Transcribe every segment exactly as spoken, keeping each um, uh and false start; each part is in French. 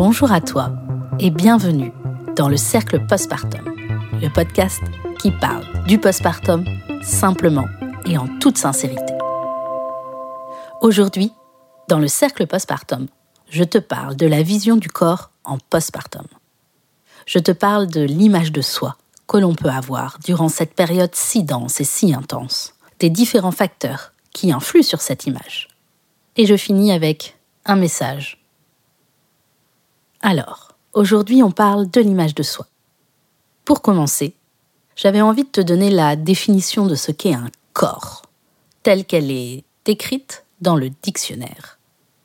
Bonjour à toi et bienvenue dans le Cercle Postpartum, le podcast qui parle du postpartum simplement et en toute sincérité. Aujourd'hui, dans le Cercle Postpartum, je te parle de la vision du corps en postpartum. Je te parle de l'image de soi que l'on peut avoir durant cette période si dense et si intense, des différents facteurs qui influent sur cette image. Et je finis avec un message. Alors, aujourd'hui on parle de l'image de soi. Pour commencer, j'avais envie de te donner la définition de ce qu'est un corps, telle qu'elle est décrite dans le dictionnaire.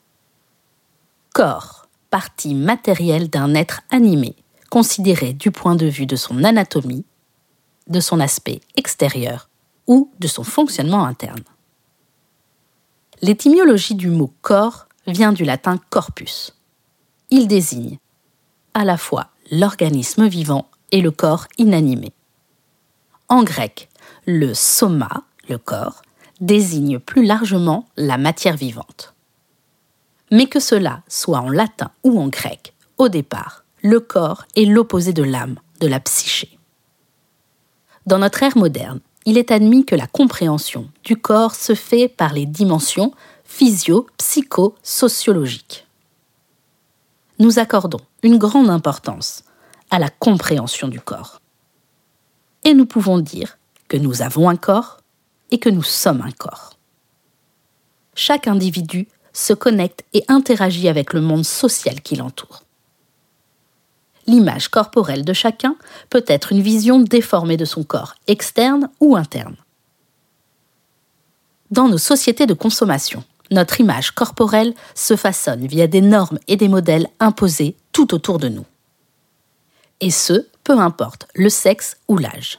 Corps, partie matérielle d'un être animé, considéré du point de vue de son anatomie, de son aspect extérieur ou de son fonctionnement interne. L'étymologie du mot corps vient du latin corpus. Il désigne à la fois l'organisme vivant et le corps inanimé. En grec, le soma, le corps, désigne plus largement la matière vivante. Mais que cela soit en latin ou en grec, au départ, le corps est l'opposé de l'âme, de la psyché. Dans notre ère moderne, il est admis que la compréhension du corps se fait par les dimensions physio-psycho-sociologiques. Nous accordons une grande importance à la compréhension du corps. Et nous pouvons dire que nous avons un corps et que nous sommes un corps. Chaque individu se connecte et interagit avec le monde social qui l'entoure. L'image corporelle de chacun peut être une vision déformée de son corps, externe ou interne. Dans nos sociétés de consommation, notre image corporelle se façonne via des normes et des modèles imposés tout autour de nous. Et ce, peu importe le sexe ou l'âge.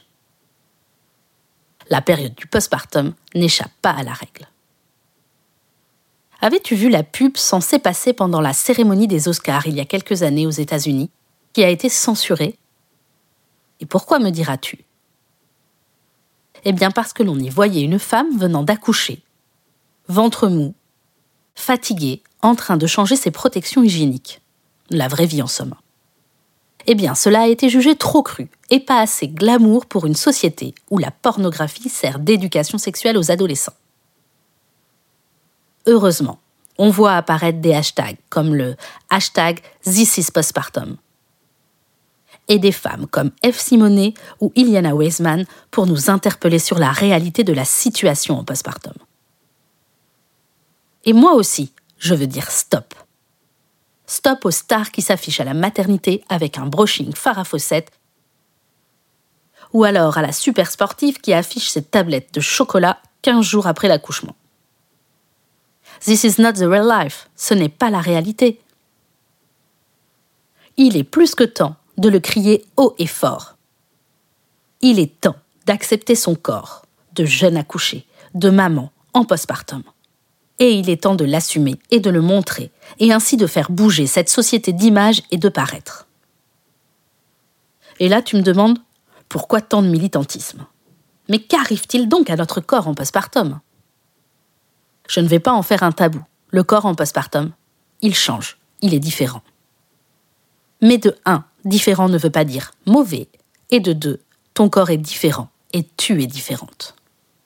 La période du postpartum n'échappe pas à la règle. Avais-tu vu la pub censée passer pendant la cérémonie des Oscars il y a quelques années aux États-Unis, qui a été censurée? Et pourquoi, me diras-tu? Eh bien parce que l'on y voyait une femme venant d'accoucher, ventre mou, fatiguée, en train de changer ses protections hygiéniques. La vraie vie en somme. Eh bien, cela a été jugé trop cru et pas assez glamour pour une société où la pornographie sert d'éducation sexuelle aux adolescents. Heureusement, on voit apparaître des hashtags comme le hashtag This is Postpartum et des femmes comme Eve Simonet ou Iliana Weisman pour nous interpeller sur la réalité de la situation en postpartum. Et moi aussi, je veux dire stop. Stop aux stars qui s'affichent à la maternité avec un brushing Farrah Fawcett ou alors à la super sportive qui affiche ses tablettes de chocolat quinze jours après l'accouchement. This is not the real life, ce n'est pas la réalité. Il est plus que temps de le crier haut et fort. Il est temps d'accepter son corps, de jeune accouchée, de maman en postpartum. Et il est temps de l'assumer et de le montrer, et ainsi de faire bouger cette société d'image et de paraître. Et là, tu me demandes, pourquoi tant de militantisme? Mais qu'arrive-t-il donc à notre corps en postpartum? Je ne vais pas en faire un tabou. Le corps en postpartum, il change, il est différent. Mais de un, différent ne veut pas dire mauvais, et de deux, ton corps est différent, et tu es différente.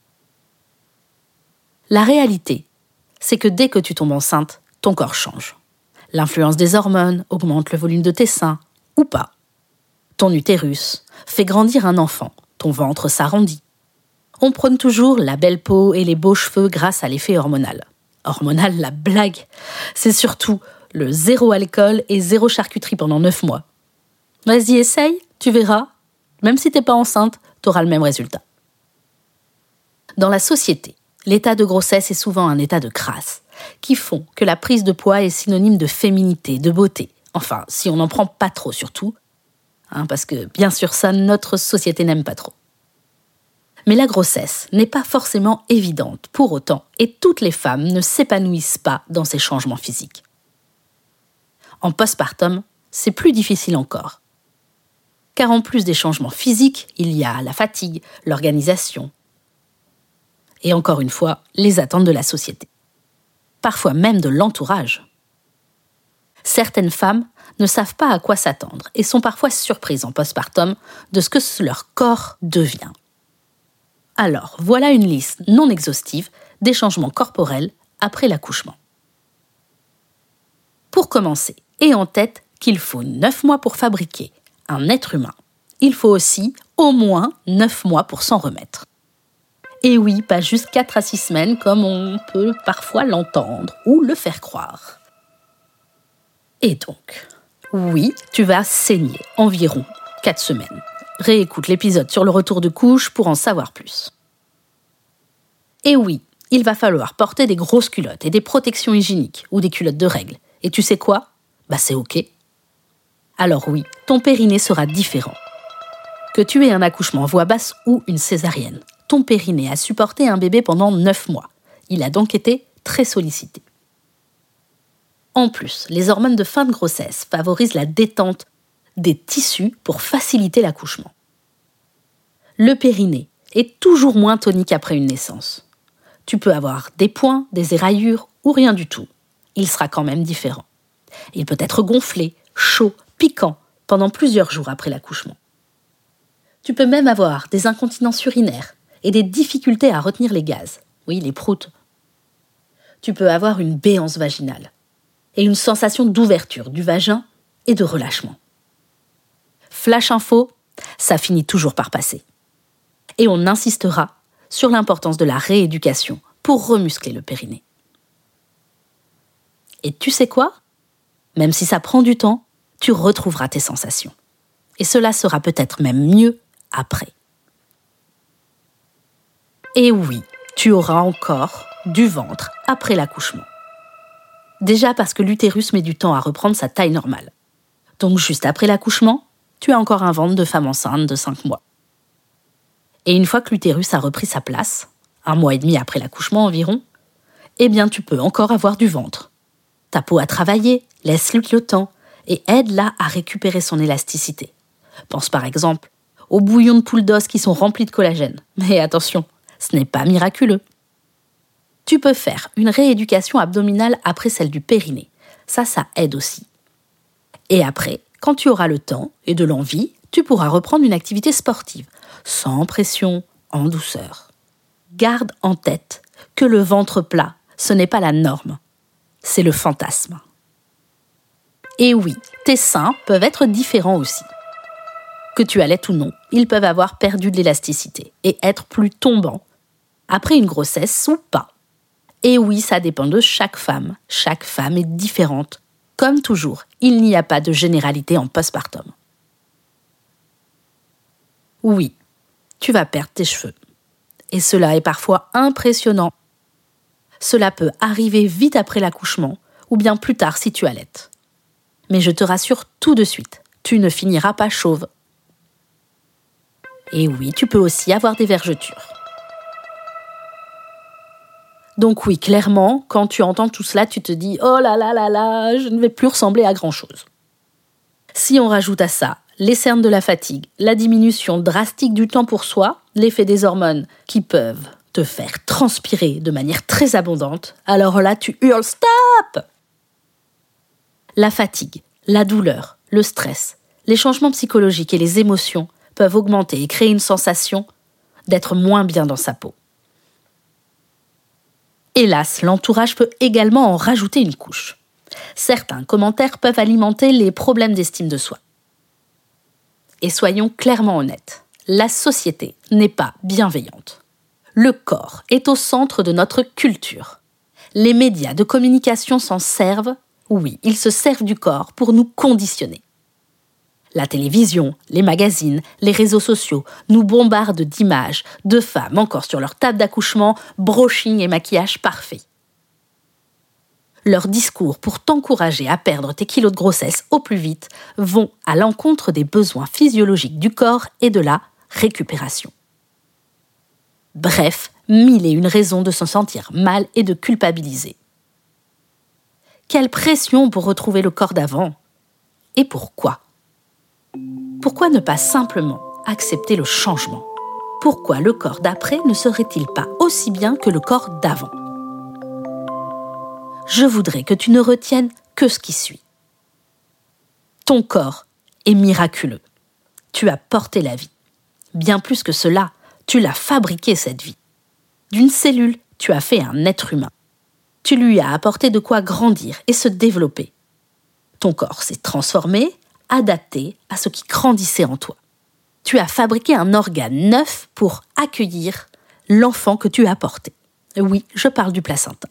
La réalité, c'est que dès que tu tombes enceinte, ton corps change. L'influence des hormones augmente le volume de tes seins, ou pas. Ton utérus fait grandir un enfant, ton ventre s'arrondit. On prône toujours la belle peau et les beaux cheveux grâce à l'effet hormonal. Hormonal, la blague, c'est surtout le zéro alcool et zéro charcuterie pendant neuf mois. Vas-y, essaye, tu verras. Même si t'es pas enceinte, t'auras le même résultat. Dans la société, l'état de grossesse est souvent un état de crasse, qui font que la prise de poids est synonyme de féminité, de beauté. Enfin, si on n'en prend pas trop surtout, hein, parce que bien sûr ça, notre société n'aime pas trop. Mais la grossesse n'est pas forcément évidente pour autant, et toutes les femmes ne s'épanouissent pas dans ces changements physiques. En postpartum, c'est plus difficile encore. Car en plus des changements physiques, il y a la fatigue, l'organisation, et encore une fois, les attentes de la société. Parfois même de l'entourage. Certaines femmes ne savent pas à quoi s'attendre et sont parfois surprises en postpartum de ce que leur corps devient. Alors, voilà une liste non exhaustive des changements corporels après l'accouchement. Pour commencer, aie en tête qu'il faut neuf mois pour fabriquer un être humain. Il faut aussi au moins neuf mois pour s'en remettre. Et oui, pas juste quatre à six semaines comme on peut parfois l'entendre ou le faire croire. Et donc, oui, tu vas saigner environ quatre semaines. Réécoute l'épisode sur le retour de couche pour en savoir plus. Et oui, il va falloir porter des grosses culottes et des protections hygiéniques ou des culottes de règles. Et tu sais quoi ? Bah c'est ok. Alors oui, ton périnée sera différent. Que tu aies un accouchement voix basse ou une césarienne, ton périnée a supporté un bébé pendant neuf mois. Il a donc été très sollicité. En plus, les hormones de fin de grossesse favorisent la détente des tissus pour faciliter l'accouchement. Le périnée est toujours moins tonique après une naissance. Tu peux avoir des points, des éraillures ou rien du tout. Il sera quand même différent. Il peut être gonflé, chaud, piquant pendant plusieurs jours après l'accouchement. Tu peux même avoir des incontinences urinaires et des difficultés à retenir les gaz. Oui, les proutes. Tu peux avoir une béance vaginale et une sensation d'ouverture du vagin et de relâchement. Flash info, ça finit toujours par passer. Et on insistera sur l'importance de la rééducation pour remuscler le périnée. Et tu sais quoi ? Même si ça prend du temps, tu retrouveras tes sensations. Et cela sera peut-être même mieux après. Et oui, tu auras encore du ventre après l'accouchement. Déjà parce que l'utérus met du temps à reprendre sa taille normale. Donc juste après l'accouchement, tu as encore un ventre de femme enceinte de cinq mois. Et une fois que l'utérus a repris sa place, un mois et demi après l'accouchement environ, eh bien tu peux encore avoir du ventre. Ta peau a travaillé, laisse-lui le temps et aide-la à récupérer son élasticité. Pense par exemple aux bouillons de poules d'os qui sont remplis de collagène. Mais attention, ce n'est pas miraculeux. Tu peux faire une rééducation abdominale après celle du périnée. Ça, ça aide aussi. Et après, quand tu auras le temps et de l'envie, tu pourras reprendre une activité sportive, sans pression, en douceur. Garde en tête que le ventre plat, ce n'est pas la norme, c'est le fantasme. Et oui, tes seins peuvent être différents aussi. Que tu allaites ou non, ils peuvent avoir perdu de l'élasticité et être plus tombants après une grossesse ou pas. Et oui, ça dépend de chaque femme. Chaque femme est différente. Comme toujours, il n'y a pas de généralité en postpartum. Oui, tu vas perdre tes cheveux. Et cela est parfois impressionnant. Cela peut arriver vite après l'accouchement ou bien plus tard si tu allaites. Mais je te rassure tout de suite, tu ne finiras pas chauve. Et oui, tu peux aussi avoir des vergetures. Donc oui, clairement, quand tu entends tout cela, tu te dis « Oh là là là là, je ne vais plus ressembler à grand-chose ». Si on rajoute à ça les cernes de la fatigue, la diminution drastique du temps pour soi, l'effet des hormones qui peuvent te faire transpirer de manière très abondante, alors là, tu hurles « Stop !» La fatigue, la douleur, le stress, les changements psychologiques et les émotions peuvent augmenter et créer une sensation d'être moins bien dans sa peau. Hélas, l'entourage peut également en rajouter une couche. Certains commentaires peuvent alimenter les problèmes d'estime de soi. Et soyons clairement honnêtes, la société n'est pas bienveillante. Le corps est au centre de notre culture. Les médias de communication s'en servent, oui, ils se servent du corps pour nous conditionner. La télévision, les magazines, les réseaux sociaux nous bombardent d'images de femmes encore sur leur table d'accouchement, brushing et maquillage parfait. Leurs discours pour t'encourager à perdre tes kilos de grossesse au plus vite vont à l'encontre des besoins physiologiques du corps et de la récupération. Bref, mille et une raisons de se sentir mal et de culpabiliser. Quelle pression pour retrouver le corps d'avant ? Et pourquoi ? Pourquoi ne pas simplement accepter le changement ? Pourquoi le corps d'après ne serait-il pas aussi bien que le corps d'avant ? Je voudrais que tu ne retiennes que ce qui suit. Ton corps est miraculeux. Tu as porté la vie. Bien plus que cela, tu l'as fabriqué cette vie. D'une cellule, tu as fait un être humain. Tu lui as apporté de quoi grandir et se développer. Ton corps s'est transformé, adapté à ce qui grandissait en toi. Tu as fabriqué un organe neuf pour accueillir l'enfant que tu as porté. Oui, je parle du placenta.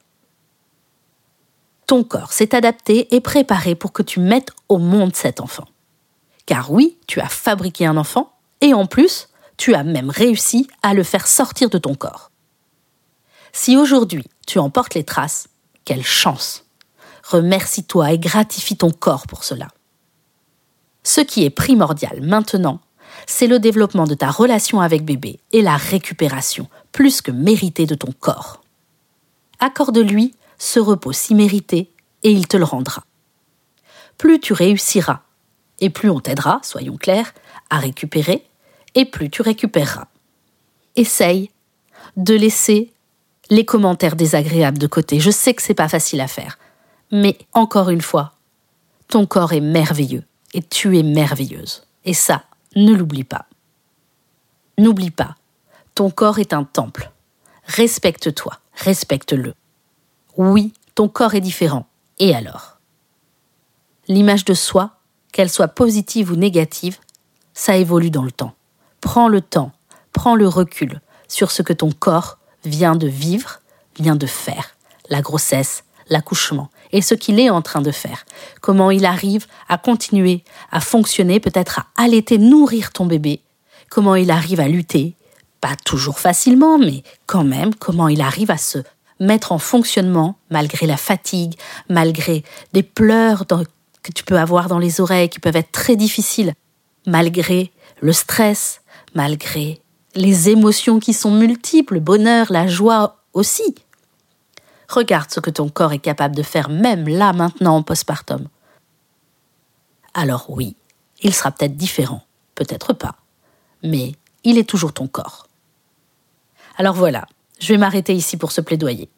Ton corps s'est adapté et préparé pour que tu mettes au monde cet enfant. Car oui, tu as fabriqué un enfant et en plus, tu as même réussi à le faire sortir de ton corps. Si aujourd'hui, tu en portes les traces, quelle chance! Remercie-toi et gratifie ton corps pour cela. Ce qui est primordial maintenant, c'est le développement de ta relation avec bébé et la récupération, plus que méritée de ton corps. Accorde-lui ce repos si mérité et il te le rendra. Plus tu réussiras, et plus on t'aidera, soyons clairs, à récupérer, et plus tu récupéreras. Essaye de laisser les commentaires désagréables de côté. Je sais que c'est pas facile à faire, mais encore une fois, ton corps est merveilleux et tu es merveilleuse. Et ça, ne l'oublie pas. N'oublie pas, ton corps est un temple. Respecte-toi, respecte-le. Oui, ton corps est différent. Et alors? L'image de soi, qu'elle soit positive ou négative, ça évolue dans le temps. Prends le temps, prends le recul sur ce que ton corps vient de vivre, vient de faire. La grossesse, l'accouchement et ce qu'il est en train de faire. Comment il arrive à continuer à fonctionner, peut-être à allaiter, nourrir ton bébé. Comment il arrive à lutter, pas toujours facilement, mais quand même, comment il arrive à se mettre en fonctionnement malgré la fatigue, malgré des pleurs dans, que tu peux avoir dans les oreilles qui peuvent être très difficiles, malgré le stress, malgré les émotions qui sont multiples, le bonheur, la joie aussi. Regarde ce que ton corps est capable de faire même là, maintenant, en postpartum. Alors oui, il sera peut-être différent, peut-être pas, mais il est toujours ton corps. Alors voilà, je vais m'arrêter ici pour ce plaidoyer.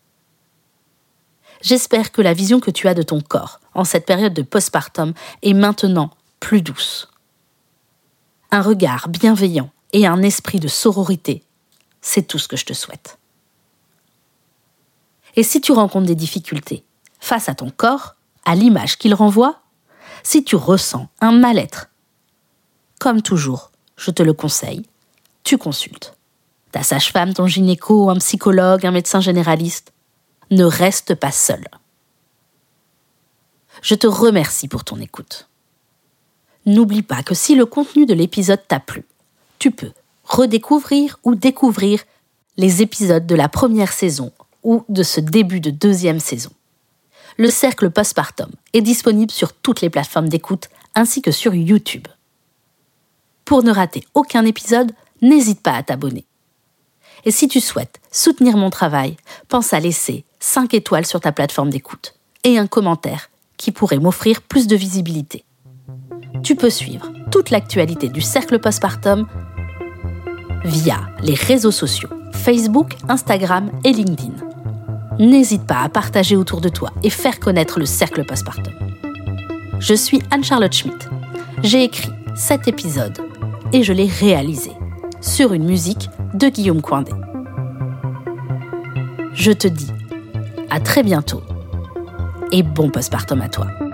J'espère que la vision que tu as de ton corps en cette période de postpartum est maintenant plus douce. Un regard bienveillant et un esprit de sororité, c'est tout ce que je te souhaite. Et si tu rencontres des difficultés face à ton corps, à l'image qu'il renvoie, si tu ressens un mal-être, comme toujours, je te le conseille, tu consultes. Ta sage-femme, ton gynéco, un psychologue, un médecin généraliste, ne reste pas seul. Je te remercie pour ton écoute. N'oublie pas que si le contenu de l'épisode t'a plu, tu peux redécouvrir ou découvrir les épisodes de la première saison ou de ce début de deuxième saison. Le cercle postpartum est disponible sur toutes les plateformes d'écoute ainsi que sur YouTube. Pour ne rater aucun épisode, n'hésite pas à t'abonner. Et si tu souhaites soutenir mon travail, pense à laisser cinq étoiles sur ta plateforme d'écoute et un commentaire qui pourrait m'offrir plus de visibilité. Tu peux suivre toute l'actualité du cercle postpartum via les réseaux sociaux Facebook, Instagram et LinkedIn. N'hésite pas à partager autour de toi et faire connaître le cercle postpartum. Je suis Anne-Charlotte Schmitt. J'ai écrit cet épisode et je l'ai réalisé sur une musique de Guillaume Coindé. Je te dis à très bientôt et bon postpartum à toi.